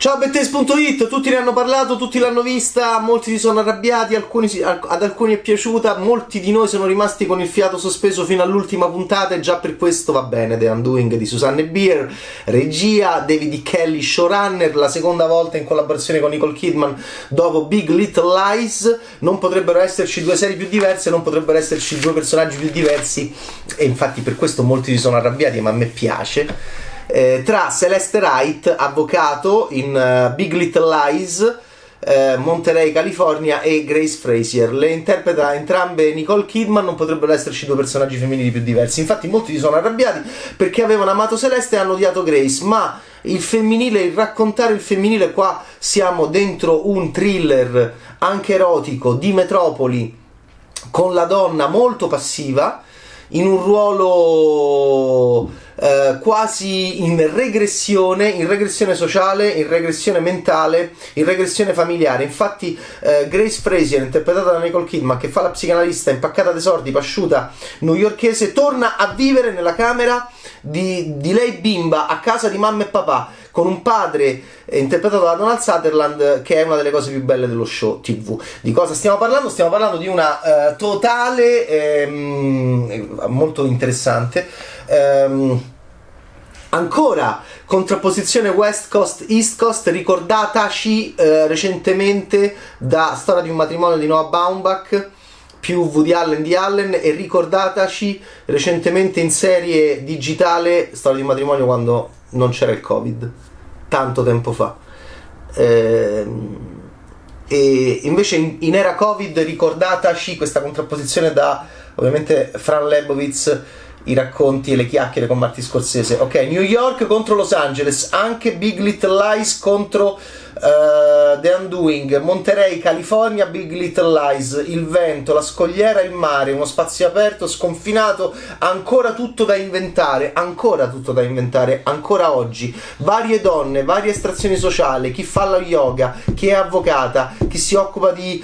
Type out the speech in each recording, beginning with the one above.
Ciao Bettes.it, tutti ne hanno parlato, tutti l'hanno vista, molti si sono arrabbiati, ad alcuni è piaciuta, molti di noi sono rimasti con il fiato sospeso fino all'ultima puntata e già per questo va bene. The Undoing di Susanne Bier, regia, David E. Kelly, showrunner, la seconda volta in collaborazione con Nicole Kidman dopo Big Little Lies. Non potrebbero esserci due serie più diverse, non potrebbero esserci due personaggi più diversi e infatti per questo molti si sono arrabbiati, ma a me piace. Tra Celeste Wright, avvocato in Big Little Lies, Monterey, California, e Grace Frazier. Le interpreta entrambe Nicole Kidman, non potrebbero esserci due personaggi femminili più diversi. Infatti molti si sono arrabbiati perché avevano amato Celeste e hanno odiato Grace, ma il femminile, il raccontare il femminile, qua siamo dentro un thriller anche erotico di metropoli con la donna molto passiva in un ruolo quasi in regressione sociale, in regressione mentale, in regressione familiare. Infatti Grace Frazier, interpretata da Nicole Kidman, che fa la psicanalista impaccata d'esordi, pasciuta newyorkese, torna a vivere nella camera di lei bimba a casa di mamma e papà, con un padre interpretato da Donald Sutherland, che è una delle cose più belle dello show TV. Di cosa stiamo parlando? Stiamo parlando di una totale molto interessante ancora contrapposizione West Coast East Coast, ricordataci recentemente da Storia di un matrimonio di Noah Baumbach più Woody Allen di Allen, e ricordataci recentemente in serie digitale Storia di un matrimonio quando non c'era il Covid, tanto tempo fa. E invece in era Covid ricordataci questa contrapposizione da ovviamente Fran Lebowitz, i racconti e le chiacchiere con Martin Scorsese. Ok, New York contro Los Angeles, anche Big Little Lies contro The Undoing, Monterey, California, Big Little Lies, il vento, la scogliera, il mare, uno spazio aperto, sconfinato, ancora tutto da inventare, ancora oggi, varie donne, varie estrazioni sociali, chi fa lo yoga, chi è avvocata, chi si occupa di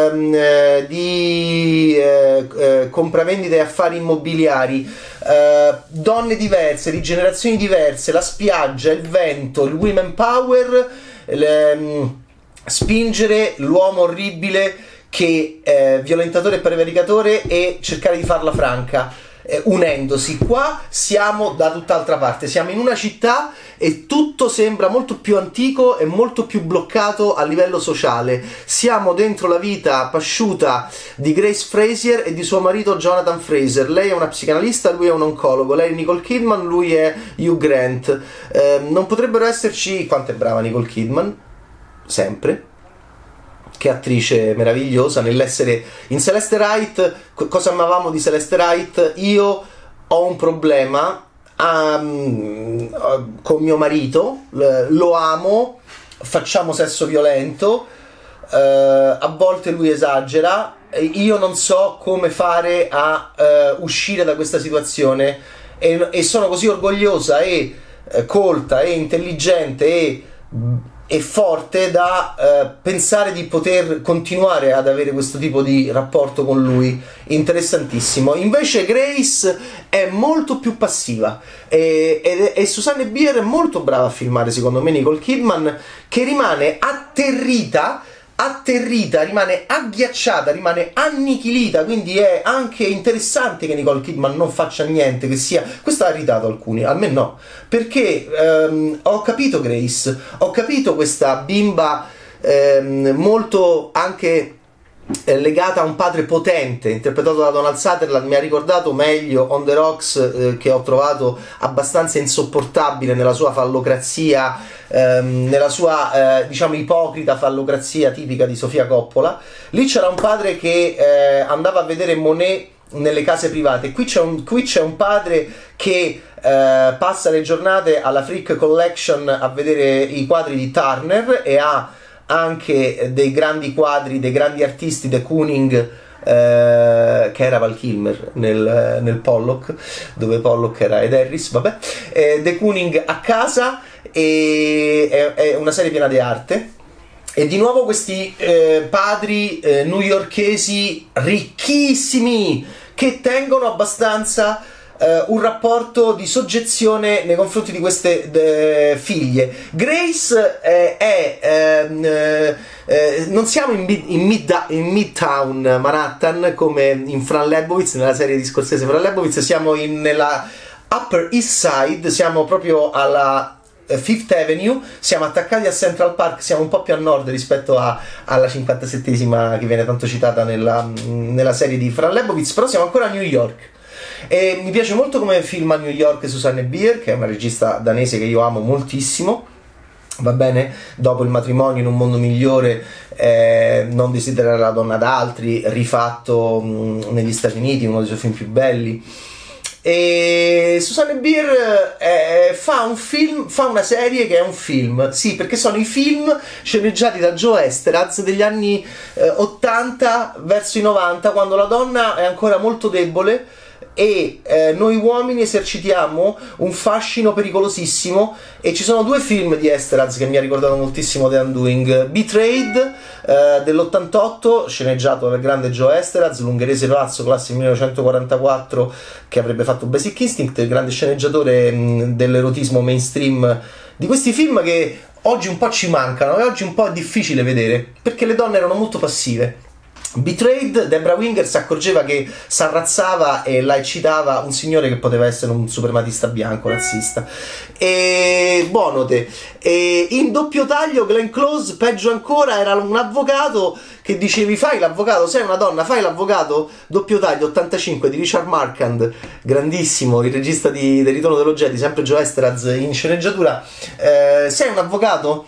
compravendite e affari immobiliari, donne diverse, di generazioni diverse, la spiaggia, il vento, il women power, spingere l'uomo orribile che è violentatore e prevaricatore e cercare di farla franca, unendosi. Qua siamo da tutt'altra parte, siamo in una città e tutto sembra molto più antico e molto più bloccato a livello sociale. Siamo dentro la vita pasciuta di Grace Frazier e di suo marito Jonathan Fraser. Lei è una psicanalista, lui è un oncologo, lei è Nicole Kidman, lui è Hugh Grant. Non potrebbero esserci... Quanto è brava Nicole Kidman, sempre, che attrice meravigliosa nell'essere in Celeste Wright. Cosa amavamo di Celeste Wright? Io ho un problema con mio marito, lo amo, facciamo sesso violento, a volte lui esagera, io non so come fare a uscire da questa situazione e sono così orgogliosa e colta e intelligente e forte da pensare di poter continuare ad avere questo tipo di rapporto con lui. Interessantissimo. Invece Grace è molto più passiva e Susanne Bier è molto brava a filmare, secondo me, Nicole Kidman, che rimane atterrita, rimane agghiacciata, rimane annichilita. Quindi è anche interessante che Nicole Kidman non faccia niente, che sia... Questo ha irritato alcuni, a me no, perché ho capito Grace, ho capito questa bimba molto anche legata a un padre potente, interpretato da Donald Sutherland. Mi ha ricordato meglio On the Rocks, che ho trovato abbastanza insopportabile nella sua fallocrazia, nella sua diciamo ipocrita fallocrazia tipica di Sofia Coppola. Lì c'era un padre che andava a vedere Monet nelle case private. Qui c'è un padre che passa le giornate alla Frick Collection a vedere i quadri di Turner e ha anche dei grandi quadri, dei grandi artisti, De Kooning, che era Val Kilmer nel Pollock, dove Pollock era Ed Harris, vabbè, De Kooning a casa, e è una serie piena di arte. E di nuovo questi padri newyorkesi ricchissimi che tengono abbastanza un rapporto di soggezione nei confronti di queste figlie. Grace non siamo in Midtown Manhattan come in Fran Lebowitz, nella serie di Scorsese Fran Lebowitz, siamo nella Upper East Side, siamo proprio alla Fifth Avenue, siamo attaccati a Central Park, siamo un po' più a nord rispetto alla 57esima che viene tanto citata nella serie di Fran Lebowitz, però siamo ancora a New York. E mi piace molto come filma New York Susanne Bier, che è una regista danese che io amo moltissimo. Va bene, dopo il matrimonio in un mondo migliore, non desiderare la donna d'altri, rifatto negli Stati Uniti, uno dei suoi film più belli. E Susanne Bier fa una serie che è un film, sì, perché sono i film sceneggiati da Joe Esteraz degli anni 80 verso i 90, quando la donna è ancora molto debole e noi uomini esercitiamo un fascino pericolosissimo. E ci sono due film di Esteraz che mi ha ricordato moltissimo The Undoing: Betrayed dell'88, sceneggiato dal grande Joe Esteraz, l'ungherese pazzo, classe 1944, che avrebbe fatto Basic Instinct, il grande sceneggiatore dell'erotismo mainstream di questi film che oggi un po' ci mancano e oggi un po' è difficile vedere perché le donne erano molto passive. Betrayed, Debra Winger si accorgeva che s'arrazzava e la eccitava un signore che poteva essere un suprematista bianco razzista. E buonote. E in doppio taglio Glenn Close, peggio ancora, era un avvocato che dicevi fai l'avvocato, sei una donna, fai l'avvocato. Doppio taglio 85 di Richard Marquand, grandissimo, il regista del Ritorno dello Jedi, sempre Joe Esteraz in sceneggiatura. Sei un avvocato?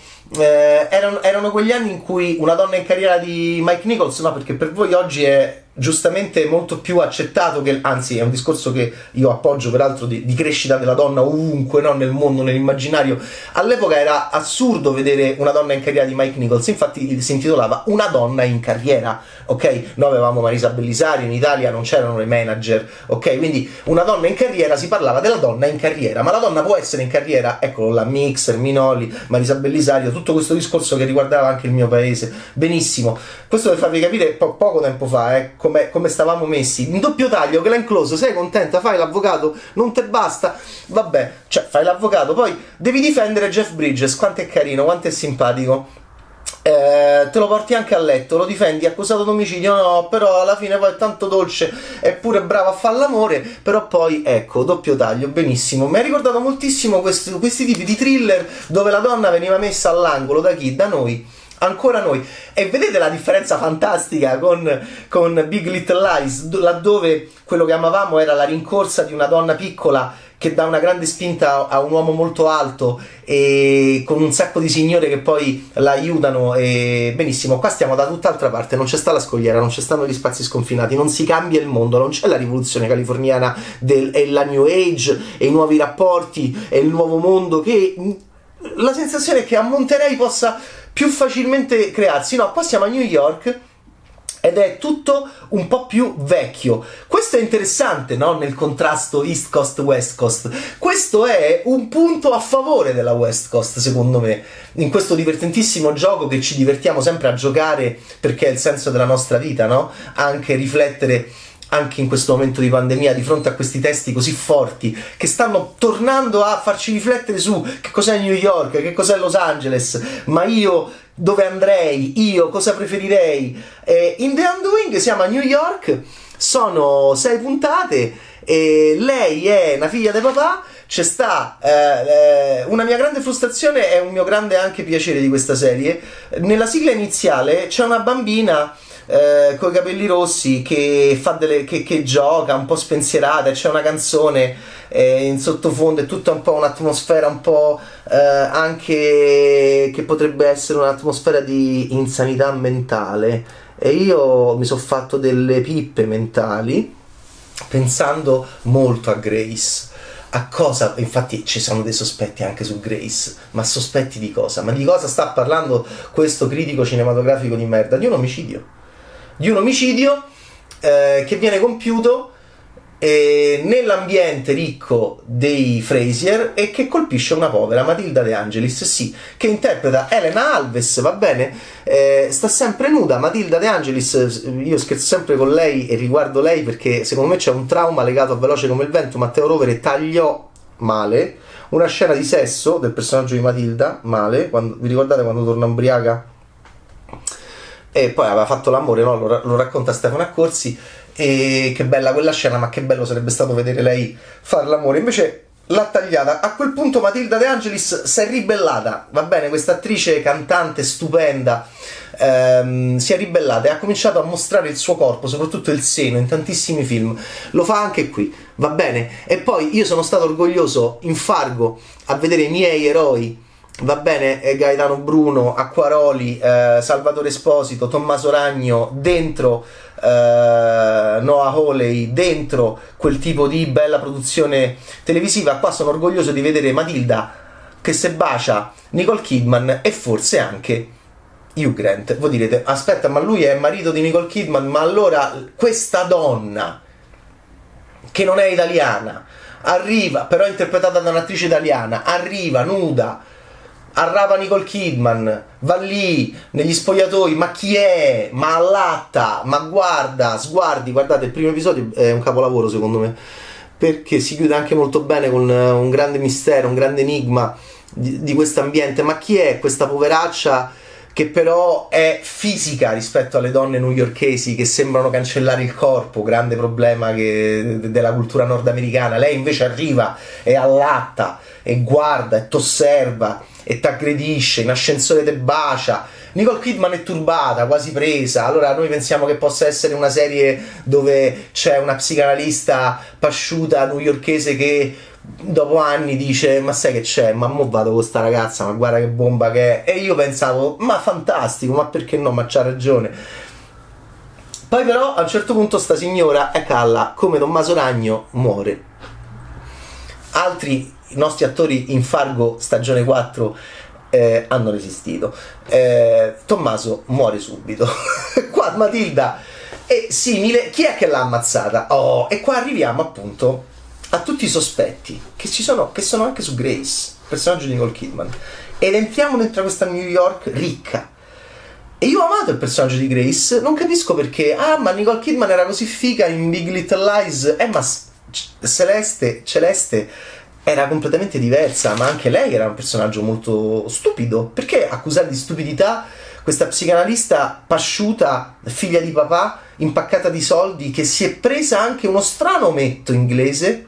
Erano quegli anni in cui una donna in carriera di Mike Nichols, no, perché per voi oggi è giustamente molto più accettato, che anzi è un discorso che io appoggio peraltro, di crescita della donna ovunque, no? Nel mondo, nell'immaginario. All'epoca era assurdo vedere una donna in carriera di Mike Nichols, infatti si intitolava Una donna in carriera, ok? Noi avevamo Marisa Bellisario, in Italia non c'erano le manager, ok? Quindi una donna in carriera, si parlava della donna in carriera, ma la donna può essere in carriera, eccolo là, Mixer, Minoli, Marisa Bellisario, tutto questo discorso che riguardava anche il mio paese, benissimo. Questo per farvi capire poco tempo fa, come stavamo messi. In doppio taglio Glenn Close, sei contenta? Fai l'avvocato? Non te basta? Vabbè, cioè fai l'avvocato, poi devi difendere Jeff Bridges, quanto è carino, quanto è simpatico. Te lo porti anche a letto, lo difendi accusato d'omicidio, no, però alla fine poi è tanto dolce, è pure bravo a fare l'amore, però poi ecco, doppio taglio, benissimo. Mi ha ricordato moltissimo questi tipi di thriller dove la donna veniva messa all'angolo da chi? Da noi. Ancora noi. E vedete la differenza fantastica con Big Little Lies, laddove quello che amavamo era la rincorsa di una donna piccola che dà una grande spinta a un uomo molto alto e con un sacco di signore che poi la aiutano. E benissimo, qua stiamo da tutt'altra parte, non c'è sta la scogliera, non ci stanno gli spazi sconfinati, non si cambia il mondo, non c'è la rivoluzione californiana e la New Age e i nuovi rapporti e il nuovo mondo, che la sensazione è che a Monterey possa più facilmente crearsi. No, qua siamo a New York ed è tutto un po' più vecchio. Questo è interessante, no? Nel contrasto East Coast West Coast. Questo è un punto a favore della West Coast, secondo me, in questo divertentissimo gioco che ci divertiamo sempre a giocare, perché è il senso della nostra vita, no? Anche riflettere anche in questo momento di pandemia, di fronte a questi testi così forti che stanno tornando a farci riflettere su che cos'è New York, che cos'è Los Angeles, ma io dove andrei, io cosa preferirei. In The Undoing siamo a New York, sono 6 puntate e lei è una figlia di papà. C'è sta una mia grande frustrazione e un mio grande anche piacere di questa serie. Nella sigla iniziale c'è una bambina con i capelli rossi che fa che gioca un po' spensierata, e c'è una canzone in sottofondo, è tutta un po' un'atmosfera un po' anche che potrebbe essere un'atmosfera di insanità mentale, e io mi sono fatto delle pippe mentali pensando molto a Grace. A cosa? Infatti ci sono dei sospetti anche su Grace, ma sospetti di cosa? Ma di cosa sta parlando questo critico cinematografico di merda? Di un omicidio che viene compiuto nell'ambiente ricco dei Frasier e che colpisce una povera Matilda De Angelis, sì, che interpreta Elena Alves, va bene, sta sempre nuda. Matilda De Angelis, io scherzo sempre con lei e riguardo lei perché secondo me c'è un trauma legato a Veloce come il vento. Matteo Rovere tagliò male una scena di sesso del personaggio di Matilda, male, vi ricordate quando torna ubriaca? E poi aveva fatto l'amore, no? Lo racconta Stefano Accorsi. E che bella quella scena, ma che bello sarebbe stato vedere lei fare l'amore. Invece l'ha tagliata. A quel punto Matilda De Angelis si è ribellata, va bene, questa attrice cantante stupenda si è ribellata e ha cominciato a mostrare il suo corpo, soprattutto il seno, in tantissimi film. Lo fa anche qui, va bene. E poi io sono stato orgoglioso in Fargo a vedere i miei eroi, va bene, Gaetano Bruno, Acquaroli, Salvatore Esposito, Tommaso Ragno dentro Noah Hawley, dentro quel tipo di bella produzione televisiva. Qua sono orgoglioso di vedere Matilda che se bacia Nicole Kidman e forse anche Hugh Grant. Voi direte, aspetta, ma lui è marito di Nicole Kidman, ma allora questa donna che non è italiana arriva, però è interpretata da un'attrice italiana, arriva nuda, arrapa Nicole Kidman, va lì negli spogliatoi, ma chi è? Ma allatta, ma guarda, sguardi, guardate, il primo episodio è un capolavoro secondo me, perché si chiude anche molto bene con un grande mistero, un grande enigma di questo ambiente. Ma chi è questa poveraccia che però è fisica rispetto alle donne newyorkesi che sembrano cancellare il corpo, grande problema della cultura nordamericana? Lei invece arriva e allatta e guarda e t'osserva e t'aggredisce, in ascensore te bacia. Nicole Kidman è turbata, quasi presa. Allora noi pensiamo che possa essere una serie dove c'è una psicanalista pasciuta newyorkese che dopo anni dice ma sai che c'è, ma mo vado con sta ragazza, ma guarda che bomba che è. E io pensavo ma fantastico, ma perché no, ma c'ha ragione. Poi però a un certo punto sta signora è calla, come Tommaso Ragno muore. Altri nostri attori in Fargo stagione 4 hanno resistito. Tommaso muore subito. Qua Matilda è simile. Chi è che l'ha ammazzata? Oh, e qua arriviamo appunto a tutti i sospetti che sono anche su Grace, personaggio di Nicole Kidman, ed entriamo dentro questa New York ricca. E io ho amato il personaggio di Grace, non capisco perché. Ah, ma Nicole Kidman era così figa in Big Little Lies. Ma Celeste era completamente diversa, ma anche lei era un personaggio molto stupido. Perché accusare di stupidità questa psicanalista pasciuta, figlia di papà, impaccata di soldi, che si è presa anche uno strano ometto inglese,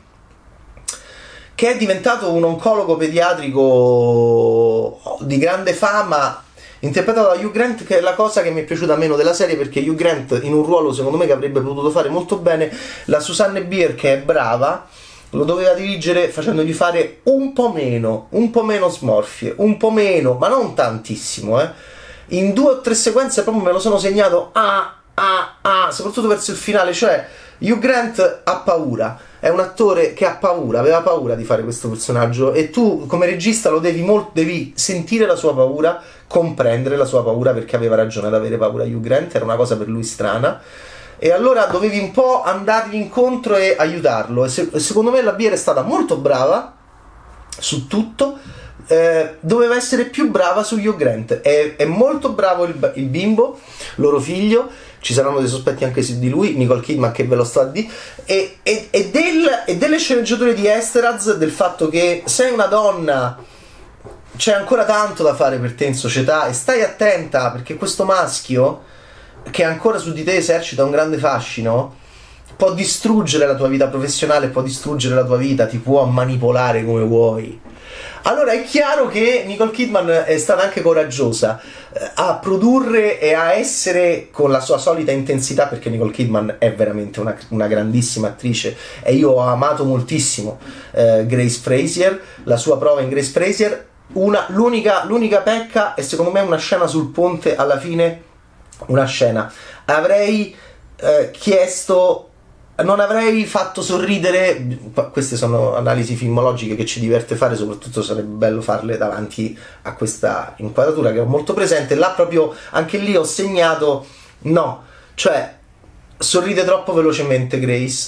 che è diventato un oncologo pediatrico di grande fama, interpretato da Hugh Grant, che è la cosa che mi è piaciuta meno della serie, perché Hugh Grant in un ruolo secondo me che avrebbe potuto fare molto bene. La Susanne Bier, che è brava, lo doveva dirigere facendogli fare un po' meno smorfie, un po' meno, ma non tantissimo, in 2 o 3 sequenze proprio me lo sono segnato, soprattutto verso il finale. Cioè Hugh Grant ha paura, è un attore che ha paura, aveva paura di fare questo personaggio, e tu come regista lo devi sentire la sua paura, comprendere la sua paura, perché aveva ragione ad avere paura Hugh Grant, era una cosa per lui strana, e allora dovevi un po' andargli incontro e aiutarlo. E secondo me la Bier è stata molto brava su tutto. Doveva essere più brava su Hugh Grant. È molto bravo il bimbo, loro figlio. Ci saranno dei sospetti anche su di lui, Nicole Kidman, che ve lo sto a dire, e delle sceneggiature di Esteraz, del fatto che sei una donna, c'è ancora tanto da fare per te in società, e stai attenta, perché questo maschio che ancora su di te esercita un grande fascino può distruggere la tua vita professionale, può distruggere la tua vita, ti può manipolare come vuoi. Allora è chiaro che Nicole Kidman è stata anche coraggiosa a produrre e a essere con la sua solita intensità, perché Nicole Kidman è veramente una grandissima attrice, e io ho amato moltissimo Grace Frazier, la sua prova in Grace Frazier. L'unica pecca è secondo me una scena sul ponte alla fine, una scena. Avrei chiesto, non avrei fatto sorridere. Queste sono analisi filmologiche che ci diverte fare, soprattutto sarebbe bello farle davanti a questa inquadratura che ho molto presente. Là proprio, anche lì ho segnato no, cioè sorride troppo velocemente Grace,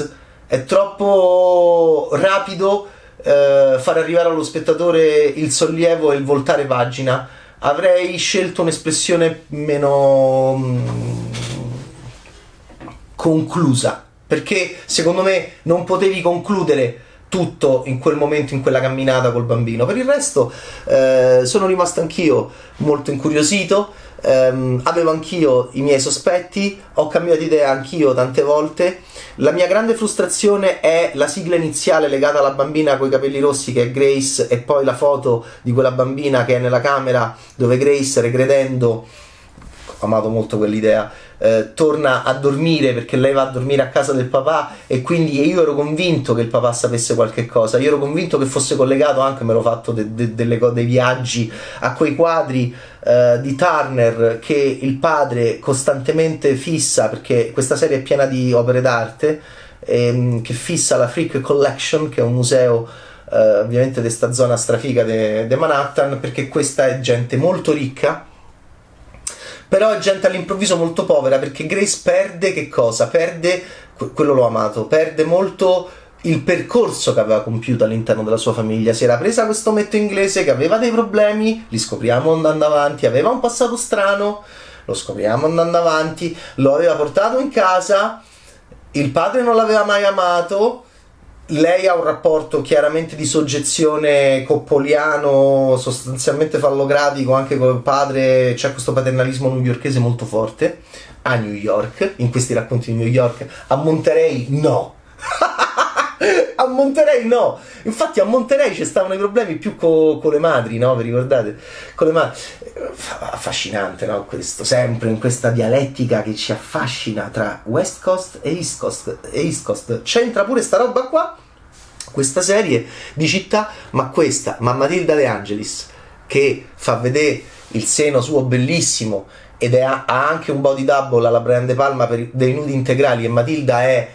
è troppo rapido far arrivare allo spettatore il sollievo e il voltare pagina. Avrei scelto un'espressione meno conclusa, perché secondo me non potevi concludere tutto in quel momento, in quella camminata col bambino. Per il resto sono rimasto anch'io molto incuriosito, avevo anch'io i miei sospetti, ho cambiato idea anch'io tante volte. La mia grande frustrazione è la sigla iniziale legata alla bambina coi capelli rossi, che è Grace, e poi la foto di quella bambina che è nella camera dove Grace, regredendo, ho amato molto quell'idea, torna a dormire perché lei va a dormire a casa del papà, e quindi io ero convinto che il papà sapesse qualche cosa, io ero convinto che fosse collegato anche, me l'ho fatto dei viaggi a quei quadri di Turner che il padre costantemente fissa, perché questa serie è piena di opere d'arte, che fissa la Frick Collection, che è un museo ovviamente di sta zona strafiga di Manhattan, perché questa è gente molto ricca, però è gente all'improvviso molto povera, perché Grace perde che cosa? Perde, quello l'ho amato, perde molto il percorso che aveva compiuto all'interno della sua famiglia. Si era presa questo ometto inglese che aveva dei problemi, li scopriamo andando avanti, aveva un passato strano, lo scopriamo andando avanti, lo aveva portato in casa, il padre non l'aveva mai amato, lei ha un rapporto chiaramente di soggezione coppoliano, sostanzialmente fallocratico anche col padre, c'è questo paternalismo newyorkese molto forte a New York, in questi racconti di New York. A Monterey no. A Monterey no, infatti a Monterey ci stavano i problemi più con le madri, no? Vi ricordate? Con le madri. Affascinante, no? Questo, sempre in questa dialettica che ci affascina tra West Coast e East Coast. C'entra pure sta roba qua, questa serie di città, ma Matilda De Angelis, che fa vedere il seno suo bellissimo, ed ha anche un body double alla Brian De Palma per dei nudi integrali, e Matilda è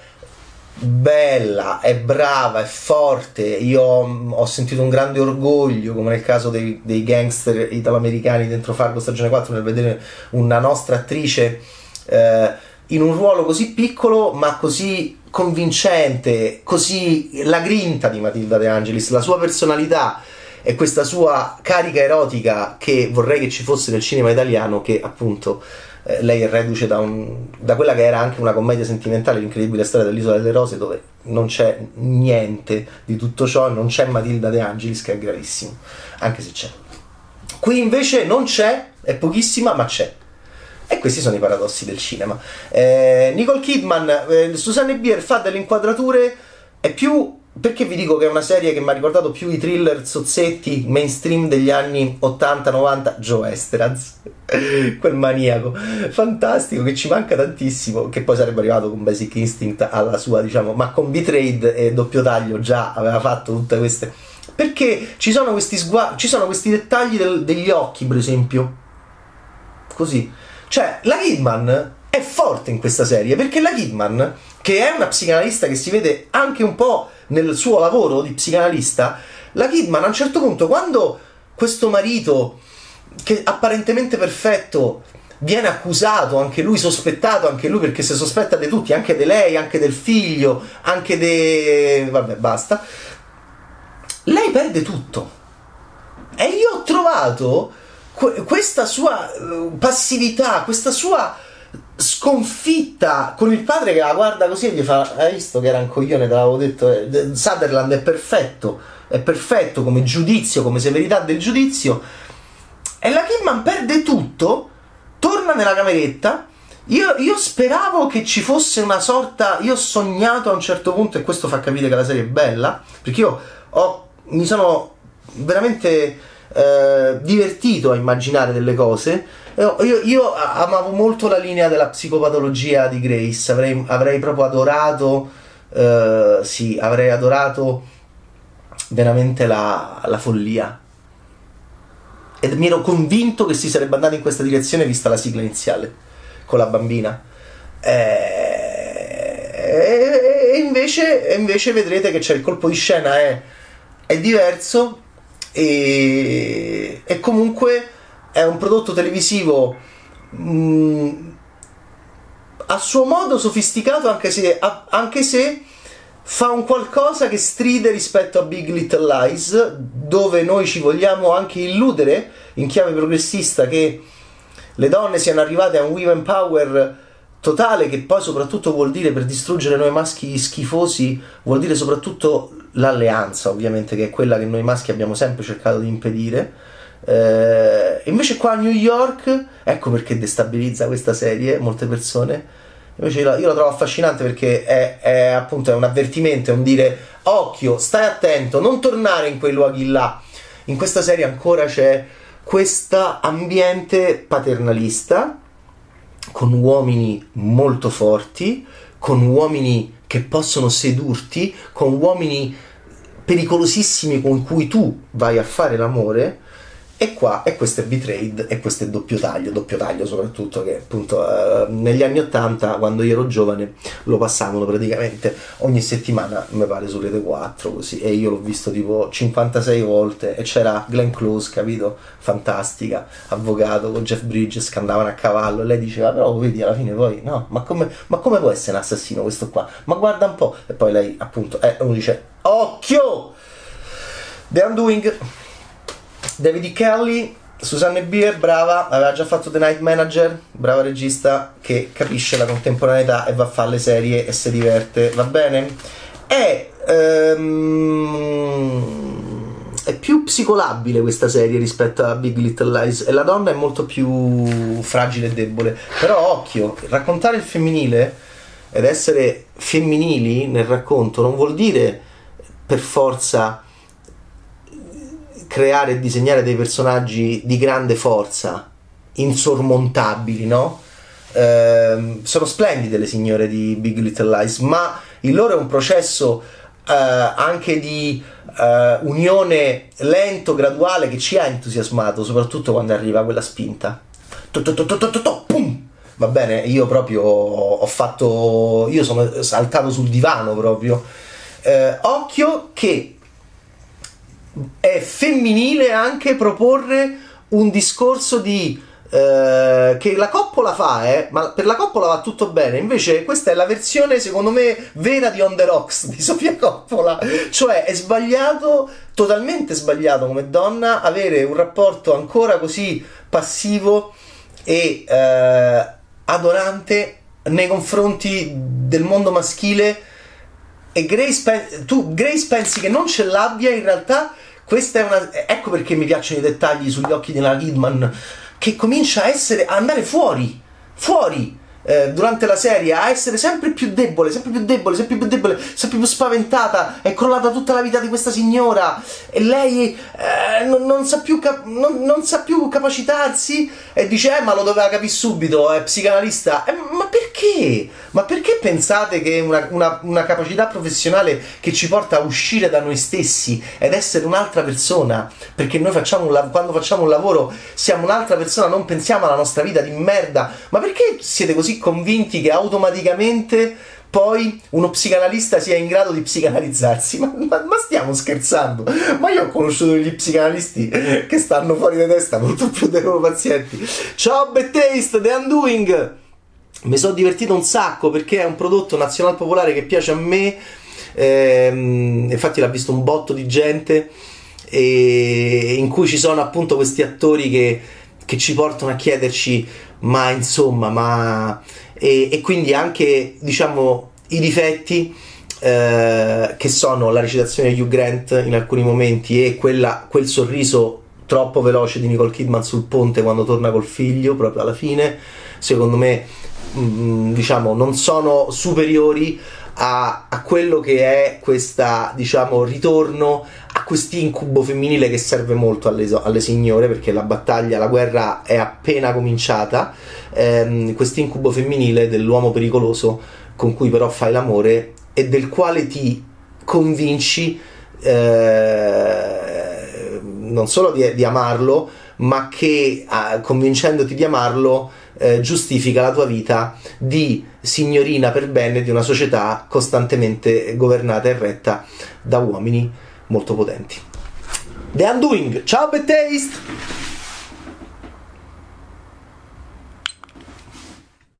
bella, è brava, è forte. Io ho sentito un grande orgoglio, come nel caso dei gangster italo-americani dentro Fargo stagione 4, nel vedere una nostra attrice in un ruolo così piccolo ma così convincente, così la grinta di Matilda De Angelis, la sua personalità e questa sua carica erotica che vorrei che ci fosse nel cinema italiano, che appunto lei è reduce da quella che era anche una commedia sentimentale, L'incredibile storia dell'Isola delle Rose, dove non c'è niente di tutto ciò, non c'è Matilda De Angelis, che è gravissimo, anche se c'è. Qui invece non c'è, è pochissima, ma c'è. E questi sono i paradossi del cinema. Nicole Kidman, Susanne Bier fa delle inquadrature, è più... Perché vi dico che è una serie che mi ha ricordato più i thriller sozzetti mainstream degli anni 80-90, Joe Esteraz, quel maniaco fantastico che ci manca tantissimo, che poi sarebbe arrivato con Basic Instinct alla sua, diciamo, ma con Betrayed e Doppio Taglio già aveva fatto tutte queste, perché ci sono questi ci sono questi dettagli degli occhi, per esempio, così, cioè la Kidman è forte in questa serie, perché la Kidman, che è una psicanalista che si vede anche un po' nel suo lavoro di psicanalista, la Kidman a un certo punto, quando questo marito che apparentemente perfetto viene accusato, anche lui, sospettato anche lui, perché si sospetta di tutti, anche di lei, anche del figlio, anche vabbè, basta, lei perde tutto. E io ho trovato questa sua passività, questa sua sconfitta con il padre che la guarda così e gli fa: hai visto che era un coglione, te l'avevo detto, Sutherland è perfetto come giudizio, come severità del giudizio. E la Kidman perde tutto, torna nella cameretta. Io speravo che ci fosse una sorta, io ho sognato a un certo punto, e questo fa capire che la serie è bella, perché io mi sono veramente divertito a immaginare delle cose. Io amavo molto la linea della psicopatologia di Grace, avrei proprio adorato, sì, avrei adorato veramente la follia, ed mi ero convinto che si sarebbe andato in questa direzione vista la sigla iniziale con la bambina, e invece vedrete che c'è il colpo di scena, è diverso, e comunque è un prodotto televisivo a suo modo sofisticato, anche se fa un qualcosa che stride rispetto a Big Little Lies, dove noi ci vogliamo anche illudere in chiave progressista che le donne siano arrivate a un women power totale, che poi soprattutto vuol dire, per distruggere noi maschi schifosi, vuol dire soprattutto l'alleanza, ovviamente, che è quella che noi maschi abbiamo sempre cercato di impedire. Invece qua a New York, ecco perché destabilizza questa serie molte persone. Invece io la trovo affascinante perché è appunto è un avvertimento, è un dire occhio, stai attento, non tornare in quei luoghi là. In questa serie ancora c'è questo ambiente paternalista, con uomini molto forti, con uomini che possono sedurti, con uomini pericolosissimi con cui tu vai a fare l'amore. E questo è Betrayed, e questo è doppio taglio soprattutto, che appunto negli anni 80, quando io ero giovane, lo passavano praticamente ogni settimana, mi pare, su Rete 4, così, e io l'ho visto tipo 56 volte, e c'era Glenn Close, capito? Fantastica, avvocato con Jeff Bridges che andavano a cavallo, e lei diceva, però vedi, alla fine poi, no, ma come può essere un assassino questo qua? Ma guarda un po', e poi lei appunto, uno dice, occhio! The Undoing, David E. Kelly, Susanne Bier, brava, aveva già fatto The Night Manager, brava regista che capisce la contemporaneità e va a fare le serie e si diverte, va bene? È più psicolabile questa serie rispetto a Big Little Lies, e la donna è molto più fragile e debole, però occhio, raccontare il femminile ed essere femminili nel racconto non vuol dire per forza creare e disegnare dei personaggi di grande forza, insormontabili, no? Sono splendide le signore di Big Little Lies, ma il loro è un processo anche di unione lento, graduale, che ci ha entusiasmato, soprattutto quando arriva quella spinta. Pum! Va bene, io proprio io sono saltato sul divano proprio. Occhio che è femminile anche proporre un discorso di che la Coppola fa, ma per la Coppola va tutto bene, invece questa è la versione secondo me vera di On the Rocks di Sofia Coppola, cioè è sbagliato, totalmente sbagliato come donna avere un rapporto ancora così passivo e adorante nei confronti del mondo maschile, e Grace pensi che non ce l'abbia, in realtà questa è una, ecco perché mi piacciono i dettagli sugli occhi di Nicole Kidman, che comincia a andare fuori durante la serie, a essere sempre più debole, sempre più spaventata. È crollata tutta la vita di questa signora e lei non sa più capacitarsi, e dice ma lo doveva capire subito, è psicanalista. Ma perché pensate che una capacità professionale che ci porta a uscire da noi stessi ed essere un'altra persona, perché noi quando facciamo un lavoro siamo un'altra persona, non pensiamo alla nostra vita di merda, ma perché siete così convinti che automaticamente poi uno psicanalista sia in grado di psicanalizzarsi? Ma stiamo scherzando? Ma io ho conosciuto degli psicanalisti che stanno fuori di testa molto più dei loro pazienti. Ciao Bad Taste, The Undoing, mi sono divertito un sacco perché è un prodotto nazional popolare che piace a me, infatti l'ha visto un botto di gente, e in cui ci sono appunto questi attori che ci portano a chiederci ma insomma, e quindi anche, diciamo, i difetti che sono la recitazione di Hugh Grant in alcuni momenti e quel sorriso troppo veloce di Nicole Kidman sul ponte quando torna col figlio proprio alla fine, secondo me diciamo non sono superiori a quello che è questa, diciamo, ritorno a quest'incubo femminile che serve molto alle signore, perché la guerra è appena cominciata, quest'incubo femminile dell'uomo pericoloso con cui però fai l'amore e del quale ti convinci non solo di amarlo, ma che convincendoti di amarlo giustifica la tua vita di signorina per bene di una società costantemente governata e retta da uomini molto potenti. The Undoing, ciao Bad Taste!